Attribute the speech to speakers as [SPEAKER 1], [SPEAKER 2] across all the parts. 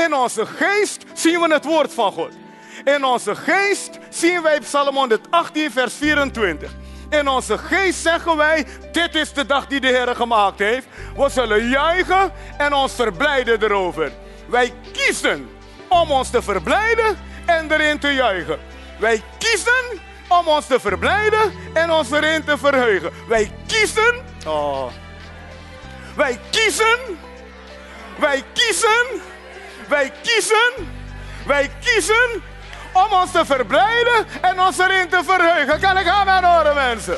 [SPEAKER 1] In onze geest zien we het woord van God. In onze geest zien wij Psalm 118 vers 24. In onze geest zeggen wij, dit is de dag die de Heer gemaakt heeft. We zullen juichen en ons verblijden erover. Wij kiezen om ons te verblijden en erin te juichen. Wij kiezen om ons te verblijden en ons erin te verheugen. Wij kiezen, wij kiezen, wij kiezen, wij kiezen, wij kiezen om ons te verblijden en ons erin te verheugen. Kan ik aan horen, mensen?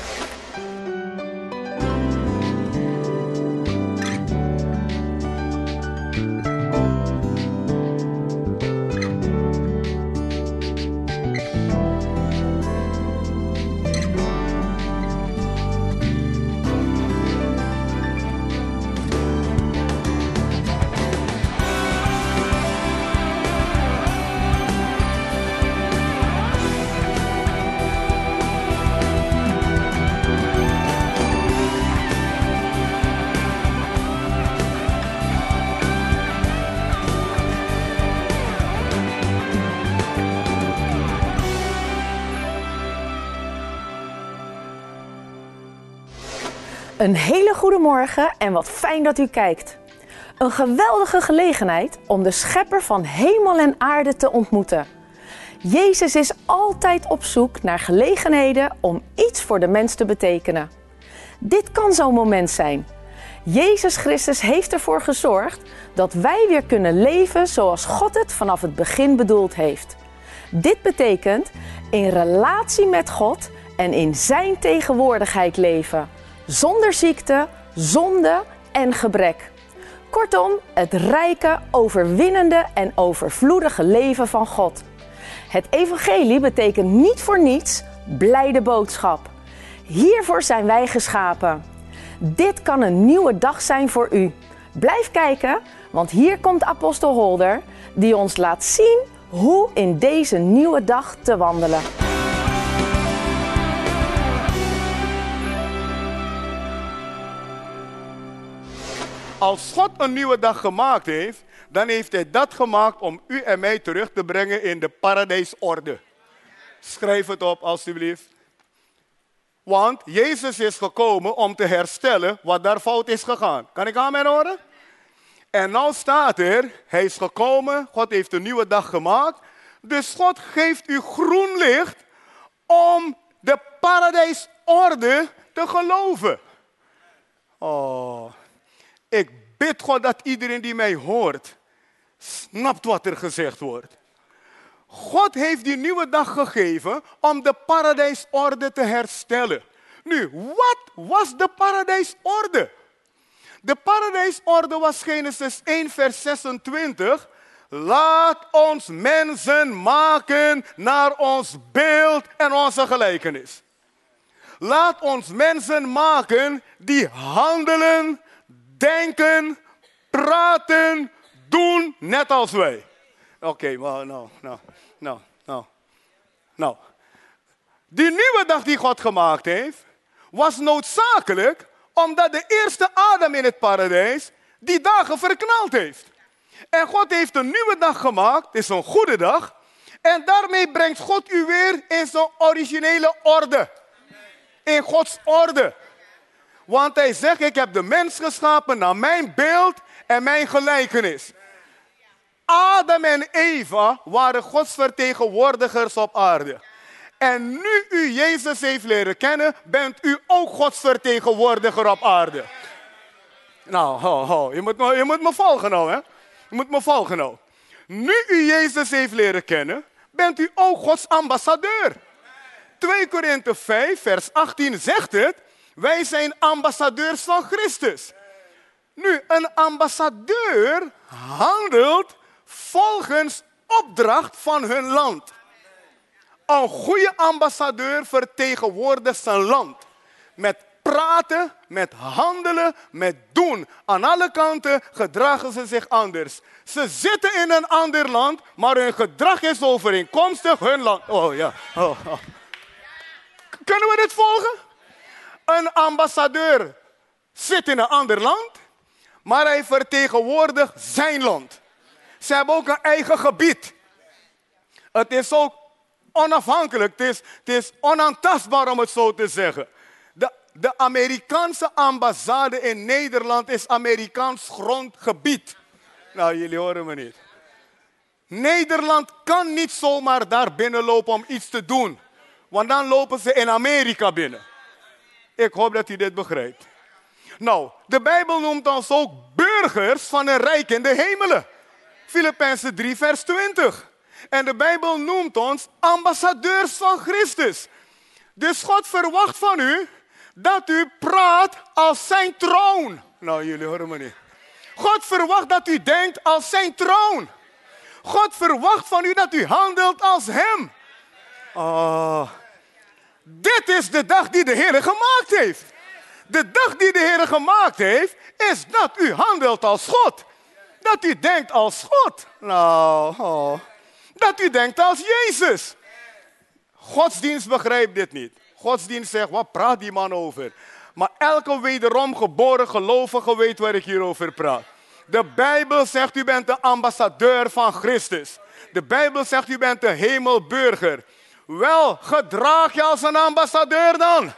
[SPEAKER 2] Een hele goede morgen en wat fijn dat u kijkt. Een geweldige gelegenheid om de schepper van hemel en aarde te ontmoeten. Jezus is altijd op zoek naar gelegenheden om iets voor de mens te betekenen. Dit kan zo'n moment zijn. Jezus Christus heeft ervoor gezorgd dat wij weer kunnen leven zoals God het vanaf het begin bedoeld heeft. Dit betekent in relatie met God en in zijn tegenwoordigheid leven. Zonder ziekte, zonde en gebrek. Kortom, het rijke, overwinnende en overvloedige leven van God. Het evangelie betekent niet voor niets blijde boodschap. Hiervoor zijn wij geschapen. Dit kan een nieuwe dag zijn voor u. Blijf kijken, want hier komt apostel Holder die ons laat zien hoe in deze nieuwe dag te wandelen.
[SPEAKER 1] Als God een nieuwe dag gemaakt heeft, dan heeft hij dat gemaakt om u en mij terug te brengen in de paradijsorde. Schrijf het op alstublieft. Want Jezus is gekomen om te herstellen wat daar fout is gegaan. Kan ik amen horen? En nou staat er, hij is gekomen, God heeft een nieuwe dag gemaakt. Dus God geeft u groen licht om de paradijsorde te geloven. Oh, ik bid God dat iedereen die mij hoort, snapt wat er gezegd wordt. God heeft die nieuwe dag gegeven om de paradijsorde te herstellen. Nu, wat was de paradijsorde? De paradijsorde was Genesis 1 vers 26. Laat ons mensen maken naar ons beeld en onze gelijkenis. Laat ons mensen maken die handelen, denken, praten, doen net als wij. Oké, maar nou. Die nieuwe dag die God gemaakt heeft, was noodzakelijk omdat de eerste Adam in het paradijs die dagen verknald heeft. En God heeft een nieuwe dag gemaakt, het is een goede dag. En daarmee brengt God u weer in zijn originele orde. In Gods orde. Want hij zegt, ik heb de mens geschapen naar mijn beeld en mijn gelijkenis. Adam en Eva waren Gods vertegenwoordigers op aarde. En nu u Jezus heeft leren kennen, bent u ook Gods vertegenwoordiger op aarde. Nou, je moet me volgen nou, hè. Je moet me volgen nou. Nu u Jezus heeft leren kennen, bent u ook Gods ambassadeur. 2 Korinthe 5 vers 18 zegt het, wij zijn ambassadeurs van Christus. Nu, een ambassadeur handelt volgens opdracht van hun land. Een goede ambassadeur vertegenwoordigt zijn land. Met praten, met handelen, met doen. Aan alle kanten gedragen ze zich anders. Ze zitten in een ander land, maar hun gedrag is overeenkomstig hun land. Oh ja. Oh. Kunnen we dit volgen? Een ambassadeur zit in een ander land, maar hij vertegenwoordigt zijn land. Ze hebben ook een eigen gebied. Het is ook onafhankelijk. Het is onaantastbaar om het zo te zeggen. De Amerikaanse ambassade in Nederland is Amerikaans grondgebied. Nou, jullie horen me niet. Nederland kan niet zomaar daar binnenlopen om iets te doen. Want dan lopen ze in Amerika binnen. Ik hoop dat u dit begrijpt. Nou, de Bijbel noemt ons ook burgers van een rijk in de hemelen. Filippenzen 3 vers 20. En de Bijbel noemt ons ambassadeurs van Christus. Dus God verwacht van u dat u praat als zijn troon. Nou, jullie horen me niet. God verwacht dat u denkt als zijn troon. God verwacht van u dat u handelt als hem. Dit is de dag die de Heer gemaakt heeft. De dag die de Heer gemaakt heeft, is dat u handelt als God. Dat u denkt als God. Nou, dat u denkt als Jezus. Godsdienst begrijpt dit niet. Godsdienst zegt, wat praat die man over? Maar elke wederom geboren gelovige weet waar ik hierover praat. De Bijbel zegt, u bent de ambassadeur van Christus. De Bijbel zegt, u bent de hemelburger. Wel, gedraag je als een ambassadeur dan.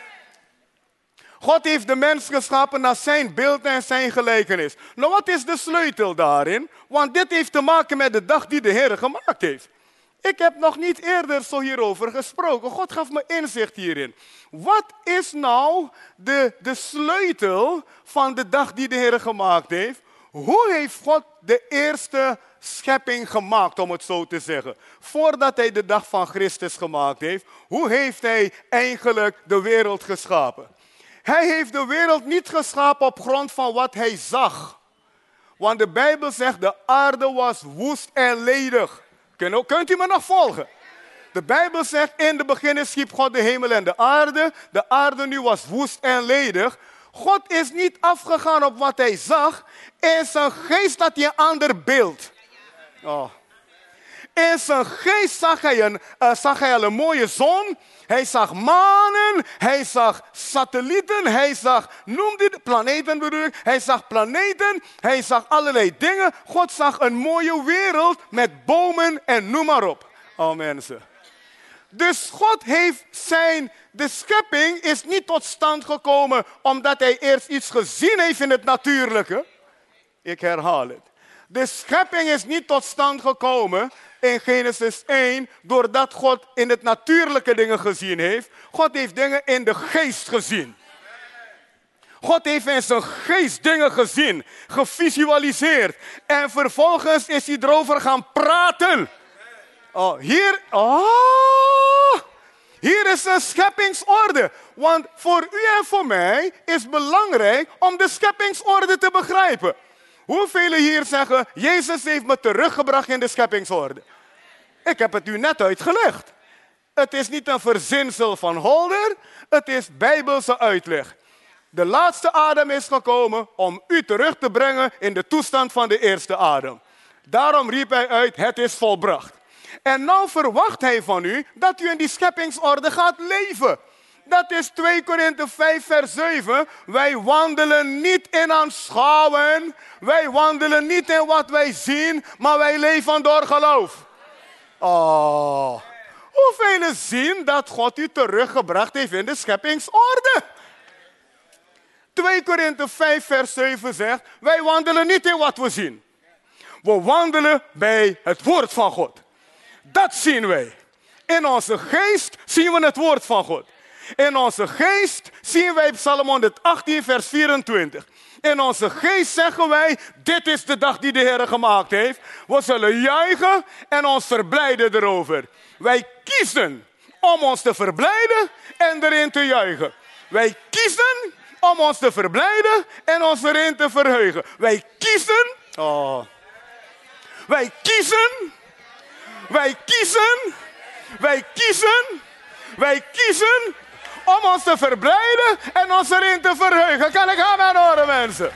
[SPEAKER 1] God heeft de mens geschapen naar zijn beeld en zijn gelijkenis. Nou, wat is de sleutel daarin? Want dit heeft te maken met de dag die de Heer gemaakt heeft. Ik heb nog niet eerder zo hierover gesproken. God gaf me inzicht hierin. Wat is nou de sleutel van de dag die de Heer gemaakt heeft? Hoe heeft God de eerste schepping gemaakt, om het zo te zeggen? Voordat hij de dag van Christus gemaakt heeft, hoe heeft hij eigenlijk de wereld geschapen? Hij heeft de wereld niet geschapen op grond van wat hij zag. Want de Bijbel zegt, de aarde was woest en ledig. Kunt u me nog volgen? De Bijbel zegt, in de beginning schiep God de hemel en de aarde. De aarde nu was woest en ledig. God is niet afgegaan op wat hij zag. In zijn geest had hij een ander beeld. In zijn geest zag hij al een mooie zon. Hij zag manen, hij zag satellieten, hij zag, planeten bedoel ik. Hij zag planeten, hij zag allerlei dingen. God zag een mooie wereld met bomen en noem maar op. Oh mensen. Dus God heeft de schepping is niet tot stand gekomen omdat hij eerst iets gezien heeft in het natuurlijke. Ik herhaal het. De schepping is niet tot stand gekomen in Genesis 1 doordat God in het natuurlijke dingen gezien heeft. God heeft dingen in de geest gezien. God heeft in zijn geest dingen gezien, gevisualiseerd. En vervolgens is hij erover gaan praten. Hier is een scheppingsorde. Want voor u en voor mij is belangrijk om de scheppingsorde te begrijpen. Hoeveel hier zeggen, Jezus heeft me teruggebracht in de scheppingsorde? Ik heb het u net uitgelegd. Het is niet een verzinsel van Holder, het is bijbelse uitleg. De laatste Adam is gekomen om u terug te brengen in de toestand van de eerste Adam. Daarom riep hij uit, het is volbracht. En nou verwacht hij van u dat u in die scheppingsorde gaat leven. Dat is 2 Korinthe 5 vers 7. Wij wandelen niet in aanschouwen. Wij wandelen niet in wat wij zien, maar wij leven door geloof. Hoeveel zien dat God u teruggebracht heeft in de scheppingsorde? 2 Korinthe 5 vers 7 zegt, wij wandelen niet in wat we zien. We wandelen bij het woord van God. Dat zien wij. In onze geest zien we het woord van God. In onze geest zien wij Psalm 118 vers 24. In onze geest zeggen wij, dit is de dag die de Heer gemaakt heeft. We zullen juichen en ons verblijden erover. Wij kiezen om ons te verblijden en erin te juichen. Wij kiezen om ons te verblijden en ons erin te verheugen. Wij kiezen. Wij kiezen. Wij kiezen. Wij kiezen. Wij kiezen om ons te verblijden en ons erin te verheugen. Kan ik aan horen, mensen?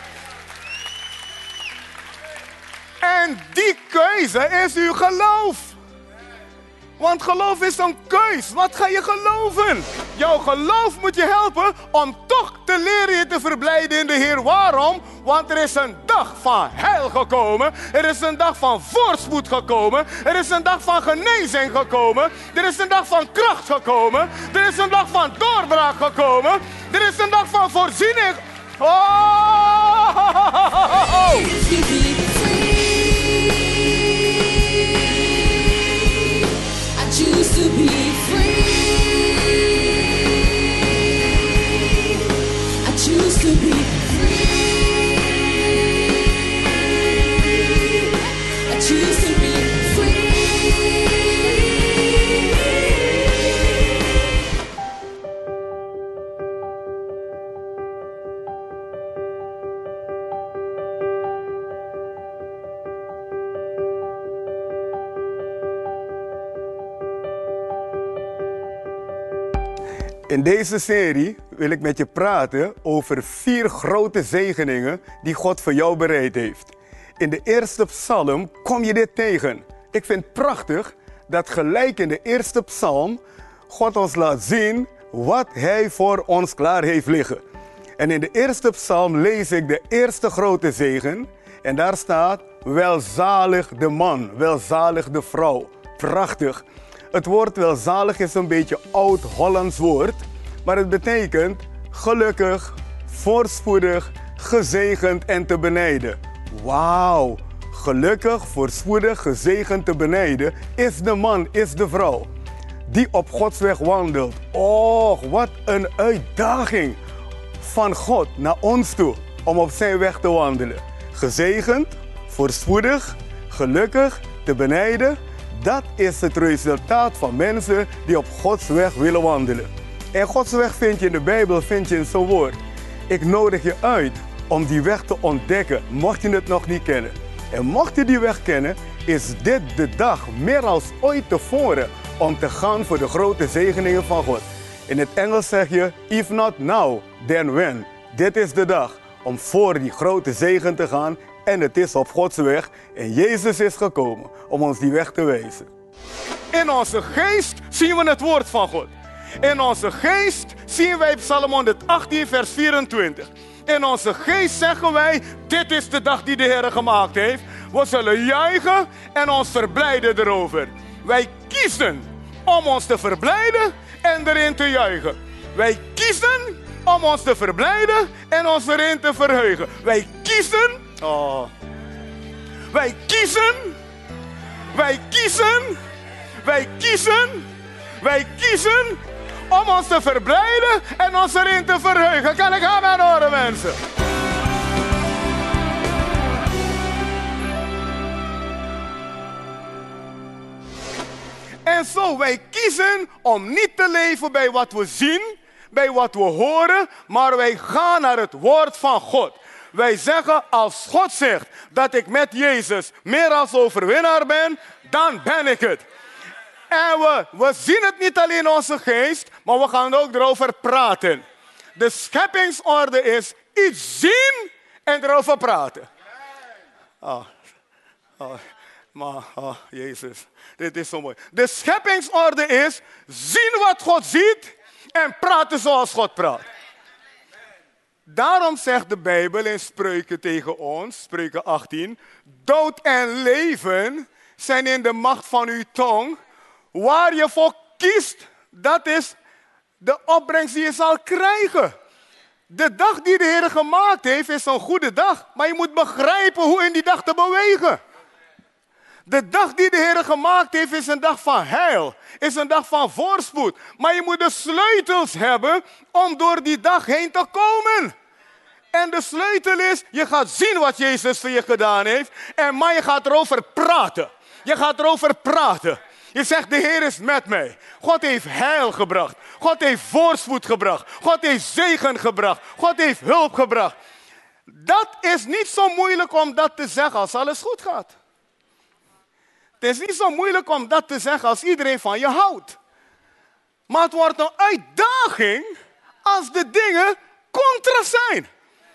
[SPEAKER 1] En die keuze is uw geloof. Want geloof is een keus. Wat ga je geloven? Jouw geloof moet je helpen om toch te leren je te verblijden in de Heer. Waarom? Want er is een dag van heil gekomen. Er is een dag van voorspoed gekomen. Er is een dag van genezing gekomen. Er is een dag van kracht gekomen. Er is een dag van doorbraak gekomen. Er is een dag van voorziening. Oh!
[SPEAKER 3] Choose to be free. I choose to be free. I choose to be free.
[SPEAKER 1] In deze serie wil ik met je praten over 4 grote zegeningen die God voor jou bereid heeft. In de eerste psalm kom je dit tegen. Ik vind het prachtig dat gelijk in de eerste psalm God ons laat zien wat Hij voor ons klaar heeft liggen. En in de eerste psalm lees ik de eerste grote zegen en daar staat: welzalig de man, welzalig de vrouw. Prachtig. Het woord welzalig is een beetje oud-Hollands woord, maar het betekent gelukkig, voorspoedig, gezegend en te benijden. Wauw, gelukkig, voorspoedig, gezegend, te benijden is de man, is de vrouw die op Gods weg wandelt. Oh, wat een uitdaging van God naar ons toe om op zijn weg te wandelen. Gezegend, voorspoedig, gelukkig, te benijden. Dat is het resultaat van mensen die op Gods weg willen wandelen. En Gods weg vind je in de Bijbel, vind je in zijn woord. Ik nodig je uit om die weg te ontdekken, mocht je het nog niet kennen. En mocht je die weg kennen, is dit de dag, meer als ooit tevoren, om te gaan voor de grote zegeningen van God. In het Engels zeg je, if not now, then when. Dit is de dag om voor die grote zegen te gaan. En het is op Gods weg. En Jezus is gekomen om ons die weg te wijzen. In onze geest zien we het woord van God. In onze geest zien wij Psalm 118 vers 24. In onze geest zeggen wij, dit is de dag die de Heer gemaakt heeft. We zullen juichen en ons verblijden erover. Wij kiezen om ons te verblijden en erin te juichen. Wij kiezen om ons te verblijden en ons erin te verheugen. Wij kiezen. Oh. Wij kiezen. Wij kiezen. Wij kiezen. Wij kiezen om ons te verblijden en ons erin te verheugen. Kan ik aan horen, mensen? En zo, wij kiezen om niet te leven bij wat we zien, bij wat we horen, maar wij gaan naar het woord van God. Wij zeggen, als God zegt dat ik met Jezus meer als overwinnaar ben, dan ben ik het. En we zien het niet alleen in onze geest, maar we gaan ook erover praten. De scheppingsorde is iets zien en erover praten. Jezus, dit is zo mooi. De scheppingsorde is zien wat God ziet en praten zoals God praat. Daarom zegt de Bijbel in Spreuken tegen ons, Spreuken 18, dood en leven zijn in de macht van uw tong. Waar je voor kiest, dat is de opbrengst die je zal krijgen. De dag die de Heer gemaakt heeft is een goede dag, maar je moet begrijpen hoe in die dag te bewegen. De dag die de Heer gemaakt heeft is een dag van heil, is een dag van voorspoed. Maar je moet de sleutels hebben om door die dag heen te komen. En de sleutel is, je gaat zien wat Jezus voor je gedaan heeft. Maar je gaat erover praten. Je gaat erover praten. Je zegt, de Heer is met mij. God heeft heil gebracht. God heeft voorspoed gebracht. God heeft zegen gebracht. God heeft hulp gebracht. Dat is niet zo moeilijk om dat te zeggen als alles goed gaat. Het is niet zo moeilijk om dat te zeggen als iedereen van je houdt. Maar het wordt een uitdaging als de dingen contra zijn.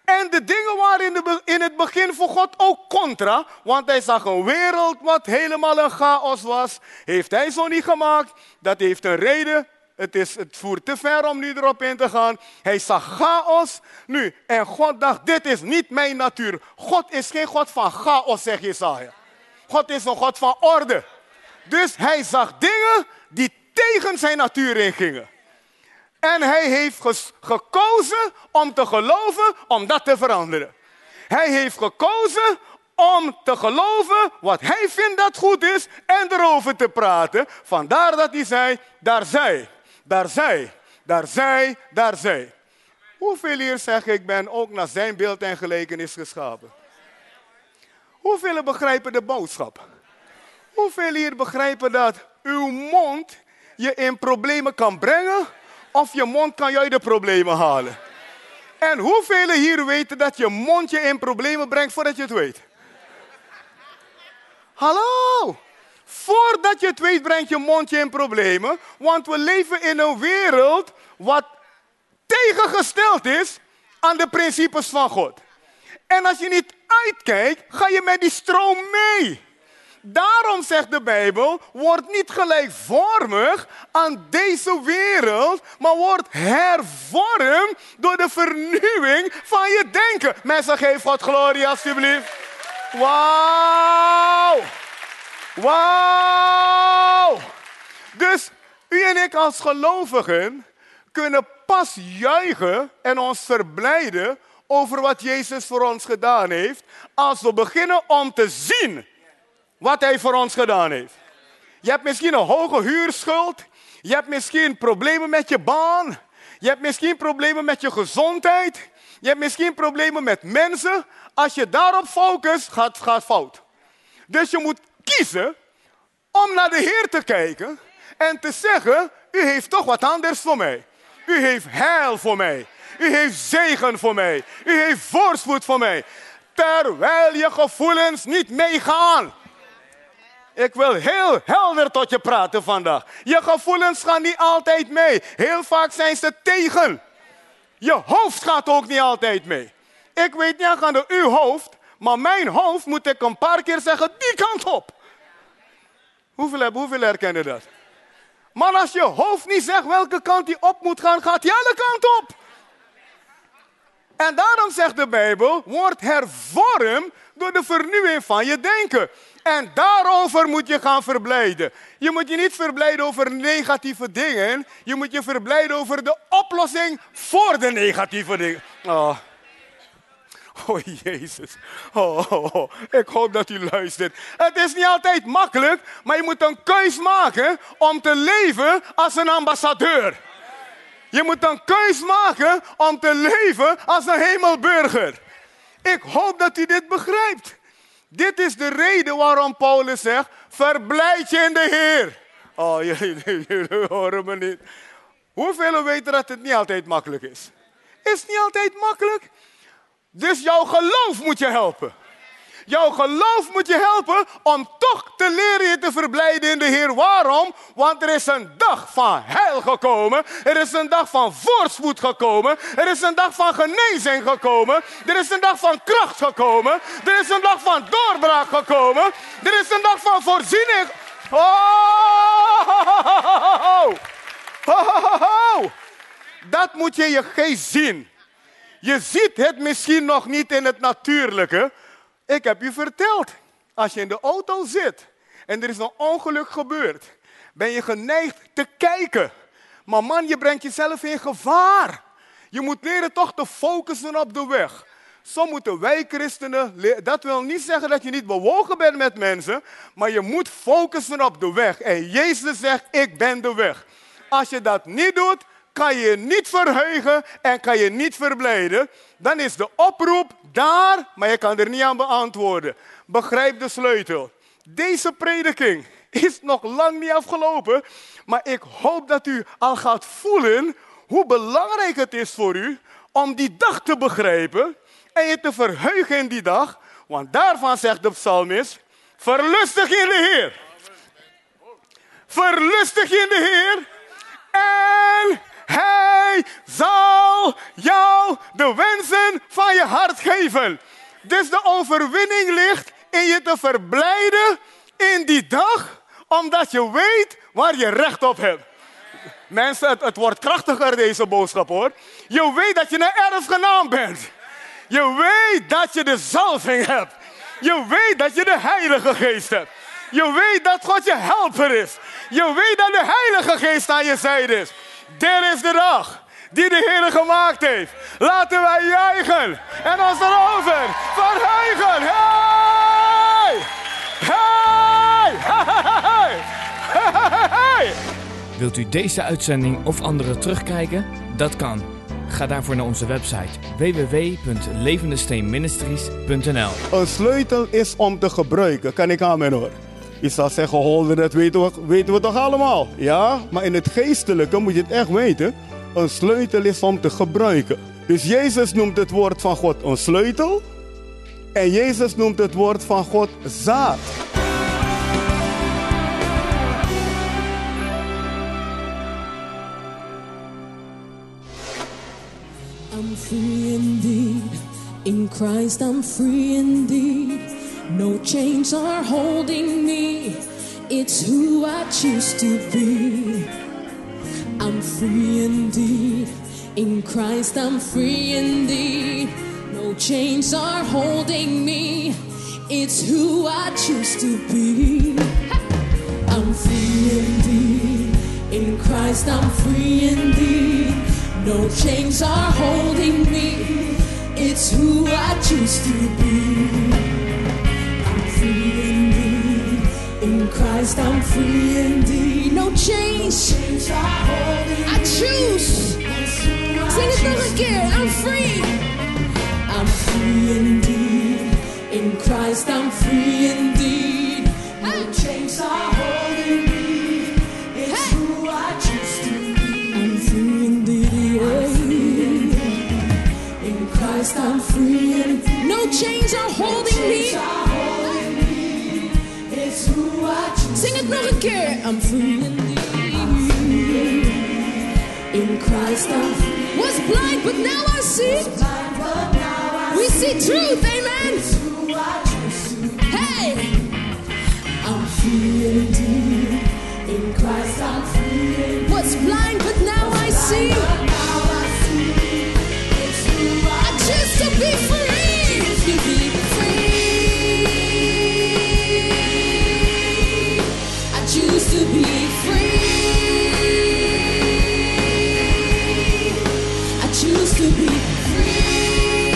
[SPEAKER 1] En de dingen waren in het begin voor God ook contra. Want hij zag een wereld wat helemaal een chaos was. Heeft hij zo niet gemaakt. Dat heeft een reden. Het voert te ver om nu erop in te gaan. Hij zag chaos. Nu, en God dacht, dit is niet mijn natuur. God is geen God van chaos, zegt Jesaja. God is een God van orde. Dus hij zag dingen die tegen zijn natuur ingingen. En hij heeft gekozen om te geloven, om dat te veranderen. Hij heeft gekozen om te geloven wat hij vindt dat goed is en erover te praten. Vandaar dat hij zei, daar zij, daar zij, daar zij, daar zij. Hoeveel hier zeggen, ik ben ook naar zijn beeld en gelijkenis geschapen? Hoeveel begrijpen de boodschap? Hoeveel hier begrijpen dat uw mond je in problemen kan brengen, of je mond kan je uit de problemen halen? En hoeveel hier weten dat je mond je in problemen brengt voordat je het weet? Hallo! Voordat je het weet brengt je mond je in problemen, want we leven in een wereld wat tegengesteld is aan de principes van God. En als je niet uitkijkt, ga je met die stroom mee. Daarom zegt de Bijbel, word niet gelijkvormig aan deze wereld, maar word hervormd door de vernieuwing van je denken. Mensen, geef God glorie alsjeblieft. Wauw! Wauw! Dus u en ik als gelovigen kunnen pas juichen en ons verblijden over wat Jezus voor ons gedaan heeft, als we beginnen om te zien wat hij voor ons gedaan heeft. Je hebt misschien een hoge huurschuld. Je hebt misschien problemen met je baan. Je hebt misschien problemen met je gezondheid. Je hebt misschien problemen met mensen. Als je daarop focust, gaat fout. Dus je moet kiezen om naar de Heer te kijken en te zeggen, u heeft toch wat anders voor mij. U heeft heil voor mij. U heeft zegen voor mij. U heeft voorspoed voor mij. Terwijl je gevoelens niet meegaan. Ik wil heel helder tot je praten vandaag. Je gevoelens gaan niet altijd mee. Heel vaak zijn ze tegen. Je hoofd gaat ook niet altijd mee. Ik weet niet aan uw hoofd, maar mijn hoofd moet ik een paar keer zeggen, die kant op. Hoeveel herkennen dat? Maar als je hoofd niet zegt welke kant die op moet gaan, gaat hij alle kanten op. En daarom zegt de Bijbel, word hervormd door de vernieuwing van je denken. En daarover moet je gaan verblijden. Je moet je niet verblijden over negatieve dingen. Je moet je verblijden over de oplossing voor de negatieve dingen. Oh Jezus. Ik hoop dat u luistert. Het is niet altijd makkelijk, maar je moet een keus maken om te leven als een ambassadeur. Je moet een keus maken om te leven als een hemelburger. Ik hoop dat u dit begrijpt. Dit is de reden waarom Paulus zegt, verblijd je in de Heer. Oh, jullie horen me niet. Hoeveel weten dat het niet altijd makkelijk is? Is het niet altijd makkelijk? Dus jouw geloof moet je helpen. Jouw geloof moet je helpen om toch te leren je te verblijden in de Heer. Waarom? Want er is een dag van heil gekomen. Er is een dag van voorspoed gekomen. Er is een dag van genezing gekomen. Er is een dag van kracht gekomen. Er is een dag van doorbraak gekomen. Er is een dag van voorziening. Dat moet je in je geest zien. Je ziet het misschien nog niet in het natuurlijke. Ik heb u verteld, als je in de auto zit en er is een ongeluk gebeurd, ben je geneigd te kijken. Maar man, je brengt jezelf in gevaar. Je moet leren toch te focussen op de weg. Zo moeten wij christenen, dat wil niet zeggen dat je niet bewogen bent met mensen, maar je moet focussen op de weg. En Jezus zegt, ik ben de weg. Als je dat niet doet, kan je je niet verheugen en kan je niet verblijden. Dan is de oproep daar, maar je kan er niet aan beantwoorden. Begrijp de sleutel. Deze prediking is nog lang niet afgelopen, maar ik hoop dat u al gaat voelen hoe belangrijk het is voor u om die dag te begrijpen en je te verheugen in die dag. Want daarvan zegt de psalmist, verlustig in de Heer. Verlustig in de Heer en Hij zal jou de wensen van je hart geven. Dus de overwinning ligt in je te verblijden in die dag, omdat je weet waar je recht op hebt. Mensen, het wordt krachtiger deze boodschap hoor. Je weet dat je een erfgenaam bent. Je weet dat je de zalving hebt. Je weet dat je de Heilige Geest hebt. Je weet dat God je helper is. Je weet dat de Heilige Geest aan je zijde is. Dit is de dag die de Heer gemaakt heeft. Laten wij juichen en ons erover verheugen. Hey! Hey! Hey! Hey!
[SPEAKER 4] Wilt u deze uitzending of andere terugkijken? Dat kan. Ga daarvoor naar onze website www.levendesteenministries.nl.
[SPEAKER 1] Een sleutel is om te gebruiken. Kan ik aan mijn hoor? Je zal zeggen, Holder, dat weten we toch allemaal? Ja, maar in het geestelijke moet je het echt weten. Een sleutel is om te gebruiken. Dus Jezus noemt het woord van God een sleutel. En Jezus noemt het woord van God zaad.
[SPEAKER 3] I'm free indeed. In Christ I'm free indeed. No chains are holding me. It's who I choose to be. I'm free indeed. In Christ I'm free indeed. No chains are holding me. It's who I choose to be. I'm free indeed. In Christ I'm free indeed. No chains are holding me. It's who I choose to be. I'm free indeed. In Christ I'm free indeed. No chains are holding me. I choose. Sing it nog een keer. I'm free. I'm free indeed. In Christ I'm free indeed. No chains are holding me. It's who I choose to be. I'm free indeed. In Christ I'm free indeed. No chains are holding me. It's who I choose. Sing it nog een keer. I'm free indeed. In Christ I'm free. Was blind, but now I see. We see truth, amen. Hey, I'm free indeed. In Christ I'm free. Was blind, but now I see. I choose to be free. To be free. I choose to be free. Choose to be free.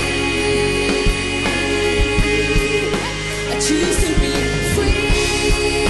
[SPEAKER 3] I choose to be free.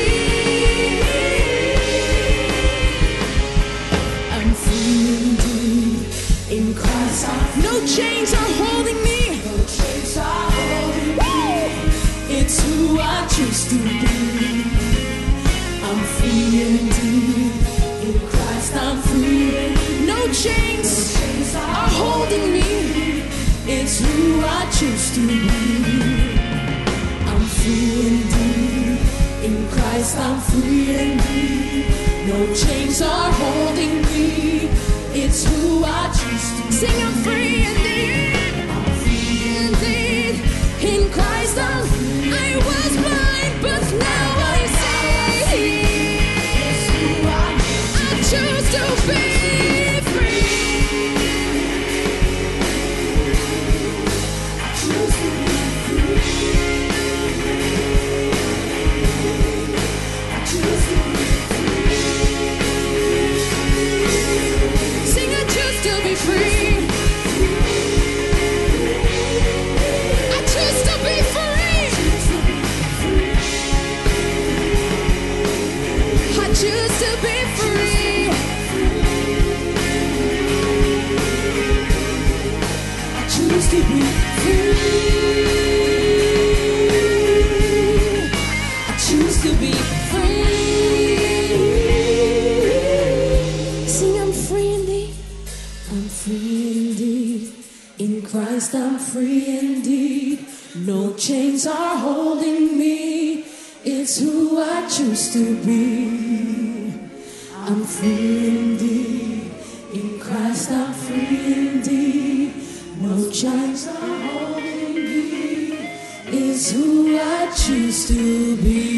[SPEAKER 3] I'm free indeed. In Christ, no chains are holding me. No chains are holding me. It's who I choose to be. I'm free indeed. In Christ, I'm free. No chains are holding me. It's who I choose to be. I'm free indeed. In Christ I'm free indeed. No chains are holding me. It's who I choose to be. Sing, I'm free indeed. I'm free indeed. In Christ I was blind, but now I see. It's who I choose to be. I'm free indeed. No chains are holding me. It's who I choose to be. I'm free indeed. In Christ I'm free indeed. No chains are holding me. It's who I choose to be.